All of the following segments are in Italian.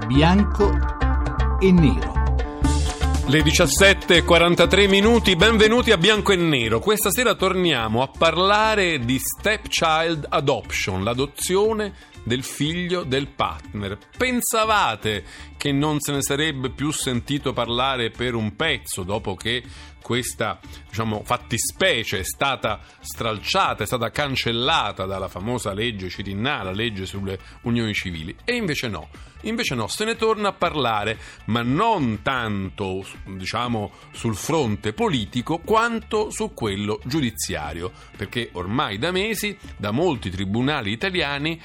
bianco e nero. Le 17:43 benvenuti a Bianco e Nero. Questa sera torniamo a parlare di stepchild adoption, l'adozione del figlio del partner. Pensavate che non se ne sarebbe più sentito parlare per un pezzo dopo che questa, fattispecie è stata stralciata, è stata cancellata dalla famosa legge Cirinnà, la legge sulle unioni civili? E invece no, se ne torna a parlare, ma non tanto, sul fronte politico quanto su quello giudiziario, perché ormai da mesi, da molti tribunali italiani,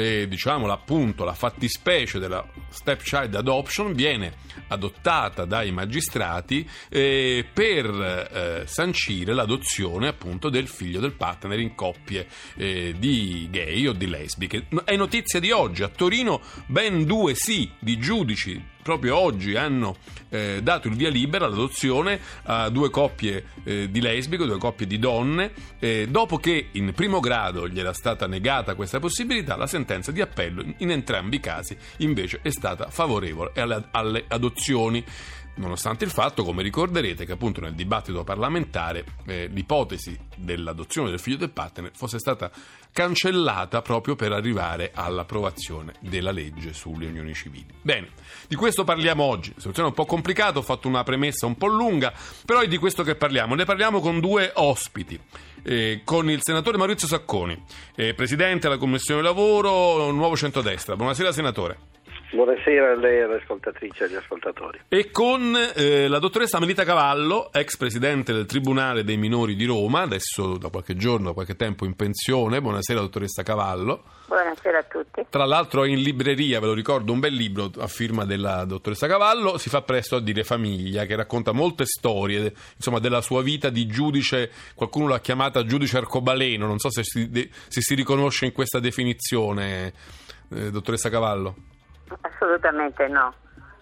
la fattispecie della stepchild adoption viene adottata dai magistrati per sancire l'adozione appunto del figlio del partner in coppie di gay o di lesbiche. È notizia di oggi, a Torino ben 2 sì di giudici proprio oggi hanno dato il via libera all'adozione a 2 coppie di lesbiche, 2 coppie di donne, dopo che in primo grado gli era stata negata questa possibilità. La sentenza di appello in entrambi i casi invece è stata favorevole alle adozioni, nonostante il fatto, come ricorderete, che appunto nel dibattito parlamentare l'ipotesi dell'adozione del figlio del partner fosse stata cancellata proprio per arrivare all'approvazione della legge sulle unioni civili. Bene, di questo parliamo oggi. La situazione è un po' complicata, ho fatto una premessa un po' lunga, però è di questo che parliamo. Ne parliamo con 2 ospiti. Con il senatore Maurizio Sacconi, presidente della Commissione Lavoro, Nuovo Centrodestra. Buonasera senatore. Buonasera a lei, alle ascoltatrici e agli ascoltatori. E con la dottoressa Melita Cavallo, ex presidente del Tribunale dei Minori di Roma, adesso da qualche tempo in pensione. Buonasera dottoressa Cavallo. Buonasera a tutti. Tra l'altro è in libreria, ve lo ricordo, un bel libro a firma della dottoressa Cavallo, Si fa presto a dire famiglia, che racconta molte storie, della sua vita di giudice. Qualcuno l'ha chiamata giudice arcobaleno, non so se si riconosce in questa definizione, dottoressa Cavallo. Assolutamente no.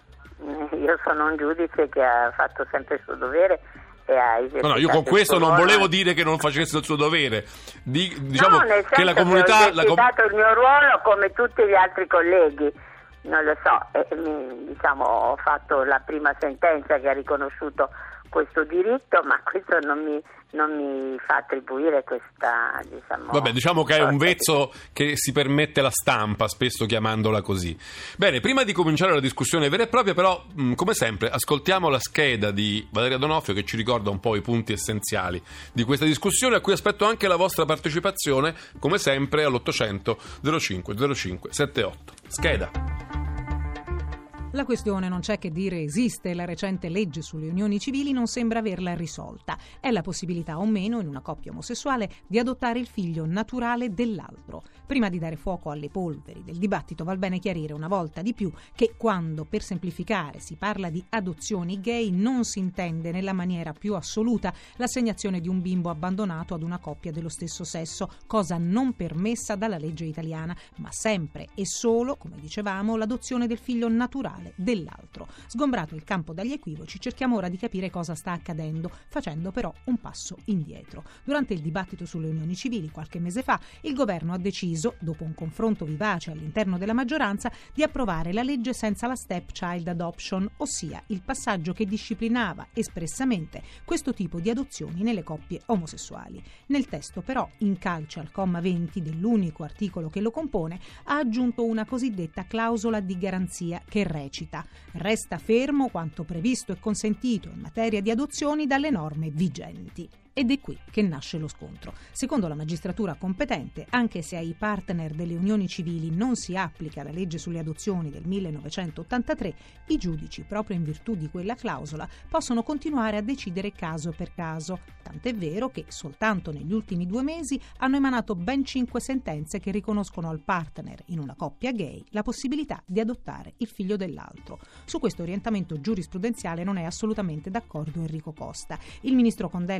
Io sono un giudice che ha fatto sempre il suo dovere e ha esercitato. No, io con questo non volevo dire che non facesse il suo dovere. Nel che la comunità che ho esercitato il mio ruolo come tutti gli altri colleghi. Non lo so, ho fatto la prima sentenza che ha riconosciuto questo diritto, ma questo non mi fa attribuire questa, Vabbè, che è un vezzo che si permette la stampa, spesso chiamandola così. Bene, prima di cominciare la discussione vera e propria, però, come sempre, ascoltiamo la scheda di Valeria D'Onofrio che ci ricorda un po' i punti essenziali di questa discussione, a cui aspetto anche la vostra partecipazione, come sempre, all'800 05 05 78. Scheda. La questione non c'è che dire esiste, la recente legge sulle unioni civili non sembra averla risolta. È la possibilità o meno in una coppia omosessuale di adottare il figlio naturale dell'altro. Prima di dare fuoco alle polveri del dibattito val bene chiarire una volta di più che quando, per semplificare, si parla di adozioni gay non si intende nella maniera più assoluta l'assegnazione di un bimbo abbandonato ad una coppia dello stesso sesso, cosa non permessa dalla legge italiana, ma sempre e solo, come dicevamo, l'adozione del figlio naturale dell'altro. Sgombrato il campo dagli equivoci, cerchiamo ora di capire cosa sta accadendo, facendo però un passo indietro. Durante il dibattito sulle unioni civili qualche mese fa, il governo ha deciso, dopo un confronto vivace all'interno della maggioranza, di approvare la legge senza la stepchild adoption, ossia il passaggio che disciplinava espressamente questo tipo di adozioni nelle coppie omosessuali. Nel testo però, in calce al comma 20 dell'unico articolo che lo compone, ha aggiunto una cosiddetta clausola di garanzia che recita: resta fermo quanto previsto e consentito in materia di adozioni dalle norme vigenti. Ed è qui che nasce lo scontro. Secondo la magistratura competente, anche se ai partner delle unioni civili non si applica la legge sulle adozioni del 1983, i giudici, proprio in virtù di quella clausola, possono continuare a decidere caso per caso. Tant'è vero che soltanto negli ultimi 2 mesi hanno emanato ben 5 sentenze che riconoscono al partner in una coppia gay la possibilità di adottare il figlio dell'altro. Su questo orientamento giurisprudenziale non è assolutamente d'accordo Enrico Costa. Il ministro con delega alla famiglia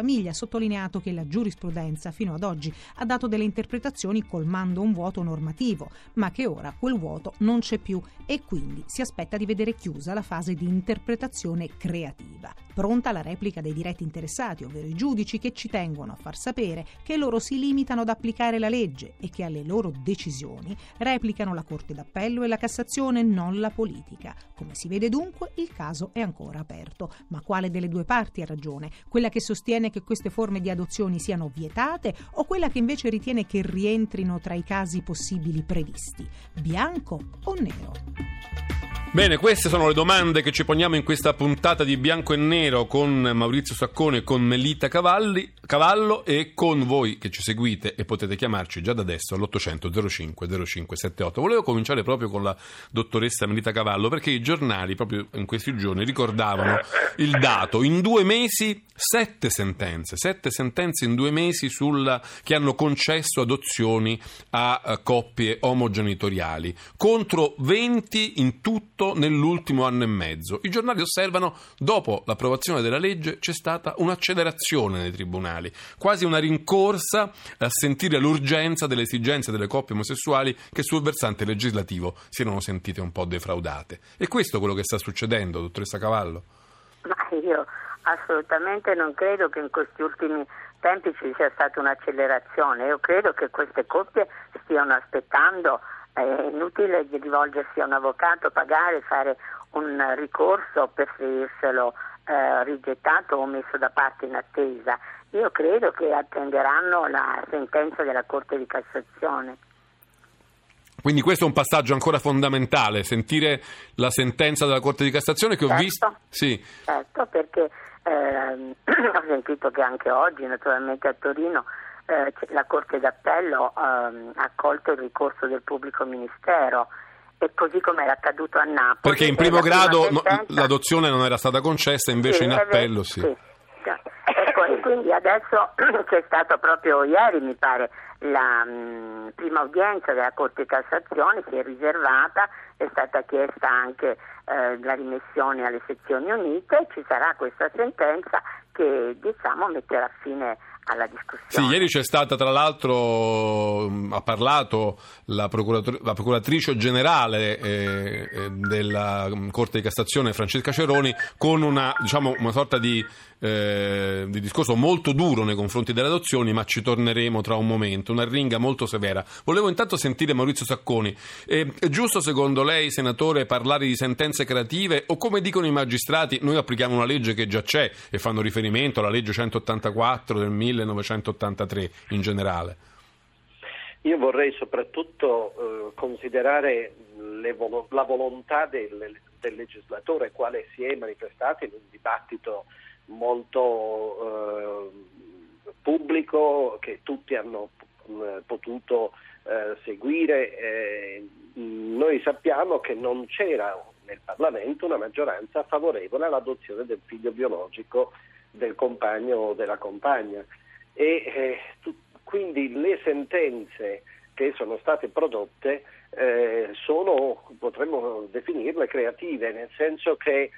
famiglia, ha sottolineato che la giurisprudenza fino ad oggi ha dato delle interpretazioni colmando un vuoto normativo, ma che ora quel vuoto non c'è più e quindi si aspetta di vedere chiusa la fase di interpretazione creativa. Pronta la replica dei diretti interessati, ovvero i giudici, che ci tengono a far sapere che loro si limitano ad applicare la legge e che alle loro decisioni replicano la Corte d'Appello e la Cassazione, non la politica. Come si vede dunque, il caso è ancora aperto. Ma quale delle due parti ha ragione? Quella che sostiene che queste forme di adozioni siano vietate o quella che invece ritiene che rientrino tra i casi possibili previsti? Bianco o nero? Bene, queste sono le domande che ci poniamo in questa puntata di Bianco e Nero con Maurizio Saccone e con Melita Cavallo e con voi che ci seguite e potete chiamarci già da adesso all'800 05 0578. Volevo cominciare proprio con la dottoressa Melita Cavallo perché i giornali proprio in questi giorni ricordavano il dato: in 2 mesi 7 sentenze in 2 mesi che hanno concesso adozioni a coppie omogenitoriali contro 20 in tutto nell'ultimo anno e mezzo. I giornali osservano: dopo l'approvazione della legge c'è stata un'accelerazione nei tribunali, quasi una rincorsa a sentire l'urgenza delle esigenze delle coppie omosessuali che sul versante legislativo si erano sentite un po' defraudate. E questo è quello che sta succedendo, dottoressa Cavallo? Ma io assolutamente non credo che in questi ultimi tempi ci sia stata un'accelerazione. Io credo che queste coppie stiano aspettando. È inutile rivolgersi a un avvocato, pagare, fare un ricorso per vederselo rigettato o messo da parte in attesa. Io credo che attenderanno la sentenza della Corte di Cassazione. Quindi questo è un passaggio ancora fondamentale, sentire la sentenza della Corte di Cassazione che ho visto. Sì. Certo, perché ho sentito che anche oggi, naturalmente a Torino, la Corte d'Appello ha accolto il ricorso del pubblico ministero, e così come era accaduto a Napoli. Perché in primo grado l'adozione non era stata concessa, invece sì, in appello sì. Ecco, e quindi adesso c'è stato proprio ieri, mi pare, la prima udienza della Corte di Cassazione, si è riservata, è stata chiesta anche la rimessione alle sezioni unite, ci sarà questa sentenza che metterà fine alla discussione. Sì, ieri c'è stata, tra l'altro, ha parlato la procuratrice generale della Corte di Cassazione, Francesca Ceroni, con una sorta di discorso molto duro nei confronti delle adozioni, ma ci torneremo tra un momento, una arringa molto severa. Volevo intanto sentire Maurizio Sacconi. È giusto secondo lei, senatore, parlare di sentenze creative, o come dicono i magistrati, noi applichiamo una legge che già c'è, e fanno riferimento alla legge 184 del 1983 in generale? Io vorrei soprattutto considerare la volontà del legislatore, quale si è manifestata in un dibattito molto pubblico che tutti hanno potuto seguire. Noi sappiamo che non c'era nel Parlamento una maggioranza favorevole all'adozione del figlio biologico del compagno o della compagna, e quindi le sentenze che sono state prodotte potremmo definirle creative, nel senso che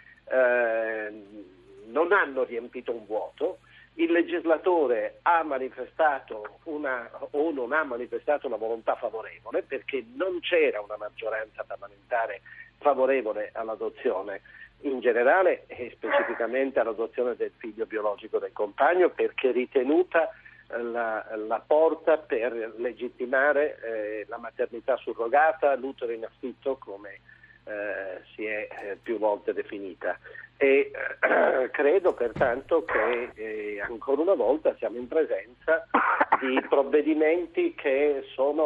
non hanno riempito un vuoto. Il legislatore ha manifestato o non ha manifestato una volontà favorevole, perché non c'era una maggioranza parlamentare favorevole all'adozione in generale e specificamente all'adozione del figlio biologico del compagno, perché ritenuta la porta per legittimare la maternità surrogata, l'utero in affitto, come si è più volte definita. E credo pertanto che ancora una volta siamo in presenza di provvedimenti che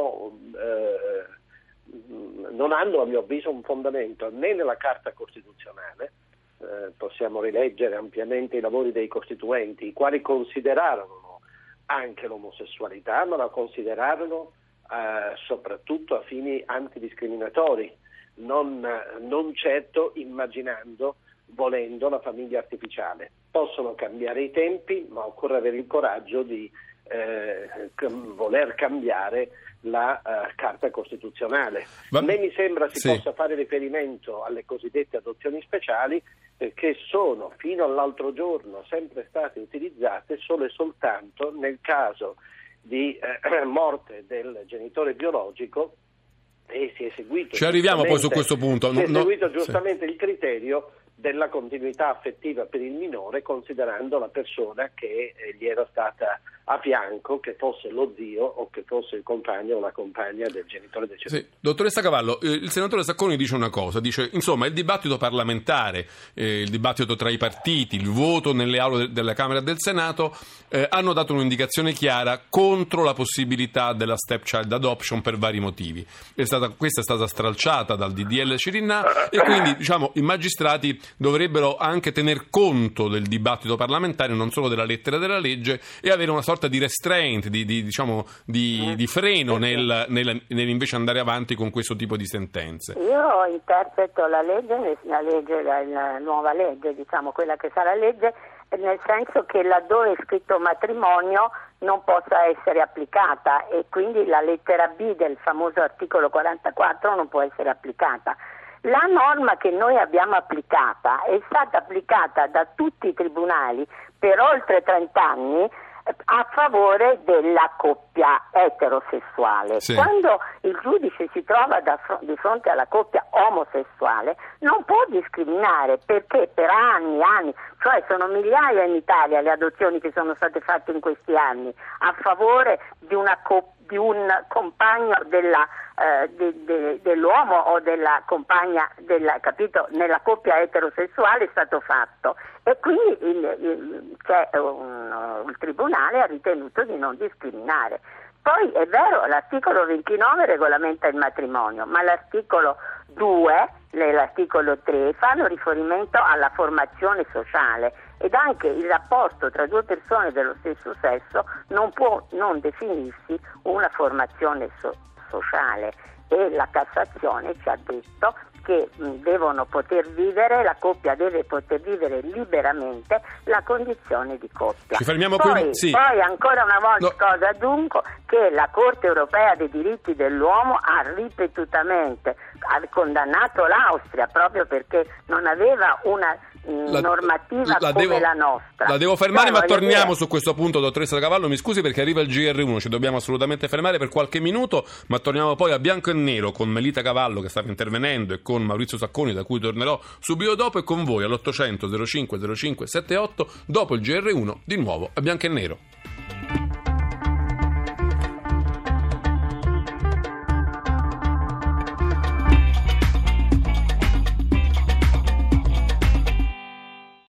non hanno, a mio avviso, un fondamento né nella Carta Costituzionale. Possiamo rileggere ampiamente i lavori dei costituenti, i quali considerarono anche l'omosessualità, ma la considerarono soprattutto a fini antidiscriminatori, non certo immaginando, volendo, la famiglia artificiale. Possono cambiare i tempi, ma occorre avere il coraggio di voler cambiare la Carta Costituzionale. Né mi sembra si possa fare riferimento alle cosiddette adozioni speciali, che sono fino all'altro giorno sempre state utilizzate solo e soltanto nel caso di morte del genitore biologico, e si è seguito, ci arriviamo poi su questo punto, si è seguito giustamente il criterio della continuità affettiva per il minore, considerando la persona che gli era stata a fianco, che fosse lo zio o che fosse il compagno o la compagna del genitore deceduto. Sì. Dottoressa Cavallo, il senatore Sacconi dice una cosa, dice insomma il dibattito parlamentare, il dibattito tra i partiti, il voto nelle aule della Camera e del Senato hanno dato un'indicazione chiara contro la possibilità della stepchild adoption per vari motivi. Questa è stata stralciata dal DDL Cirinnà e quindi i magistrati dovrebbero anche tener conto del dibattito parlamentare, non solo della lettera della legge, e avere una sorta di restraint, di freno nell'invece andare avanti con questo tipo di sentenze. Io interpreto la nuova legge, quella che sarà legge, nel senso che laddove è scritto matrimonio non possa essere applicata, e quindi la lettera B del famoso articolo 44 non può essere applicata. La norma che noi abbiamo applicata è stata applicata da tutti i tribunali per oltre 30 anni a favore della coppia eterosessuale. Sì. Quando il giudice si trova di fronte alla coppia omosessuale non può discriminare, perché per anni, cioè sono migliaia in Italia le adozioni che sono state fatte in questi anni a favore di di un compagno dell'uomo o della compagna nella coppia eterosessuale è stato fatto, e quindi il tribunale ha ritenuto di non discriminare. Poi è vero, l'articolo 29 regolamenta il matrimonio, ma l'articolo 2 e l'articolo 3 fanno riferimento alla formazione sociale, ed anche il rapporto tra due persone dello stesso sesso non può non definirsi una formazione sociale, e la Cassazione ci ha detto che la coppia deve poter vivere liberamente la condizione di coppia. Ci fermiamo poi, sì. Poi ancora una volta cosa aggiungo, che la Corte Europea dei Diritti dell'Uomo ha ripetutamente condannato l'Austria proprio perché non aveva una normativa come la nostra. La devo fermare, ma torniamo su questo punto, dottoressa Cavallo. Mi scusi perché arriva il GR1, ci dobbiamo assolutamente fermare per qualche minuto, ma torniamo poi a Bianco e Nero con Melita Cavallo che stava intervenendo e con Maurizio Sacconi, da cui tornerò subito dopo, e con voi all'800 05 05 78 dopo il GR1 di nuovo a Bianco e Nero.